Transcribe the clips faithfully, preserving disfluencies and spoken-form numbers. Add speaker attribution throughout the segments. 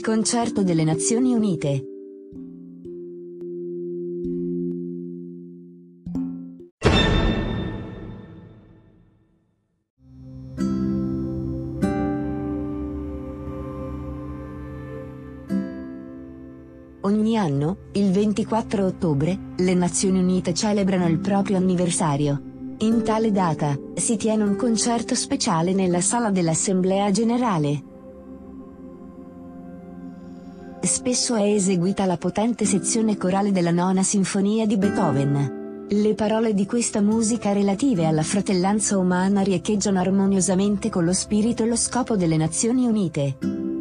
Speaker 1: Concerto delle Nazioni Unite. Ogni anno, il ventiquattro ottobre, le Nazioni Unite celebrano il proprio anniversario. In tale data, si tiene un concerto speciale nella sala dell'Assemblea Generale. Spesso è eseguita la potente sezione corale della Nona Sinfonia di Beethoven. Le parole di questa musica relative alla fratellanza umana riecheggiano armoniosamente con lo spirito e lo scopo delle Nazioni Unite.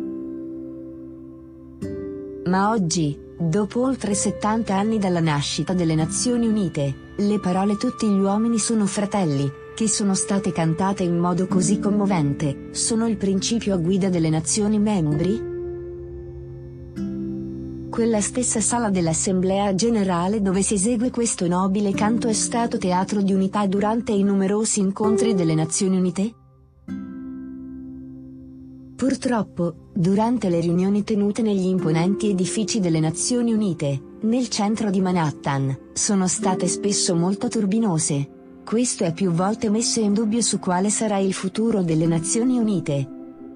Speaker 1: Ma oggi, dopo oltre settanta anni dalla nascita delle Nazioni Unite, le parole "tutti gli uomini sono fratelli", che sono state cantate in modo così commovente, sono il principio a guida delle nazioni membri? Quella stessa sala dell'Assemblea Generale dove si esegue questo nobile canto è stato teatro di unità durante i numerosi incontri delle Nazioni Unite? Purtroppo, durante le riunioni tenute negli imponenti edifici delle Nazioni Unite, nel centro di Manhattan, sono state spesso molto turbinose. Questo è più volte messo in dubbio su quale sarà il futuro delle Nazioni Unite.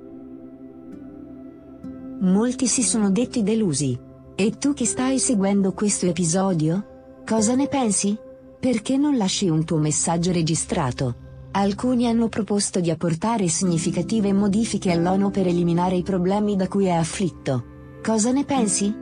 Speaker 1: Molti si sono detti delusi. E tu che stai seguendo questo episodio? Cosa ne pensi? Perché non lasci un tuo messaggio registrato? Alcuni hanno proposto di apportare significative modifiche all'ONU per eliminare i problemi da cui è afflitto. Cosa ne pensi?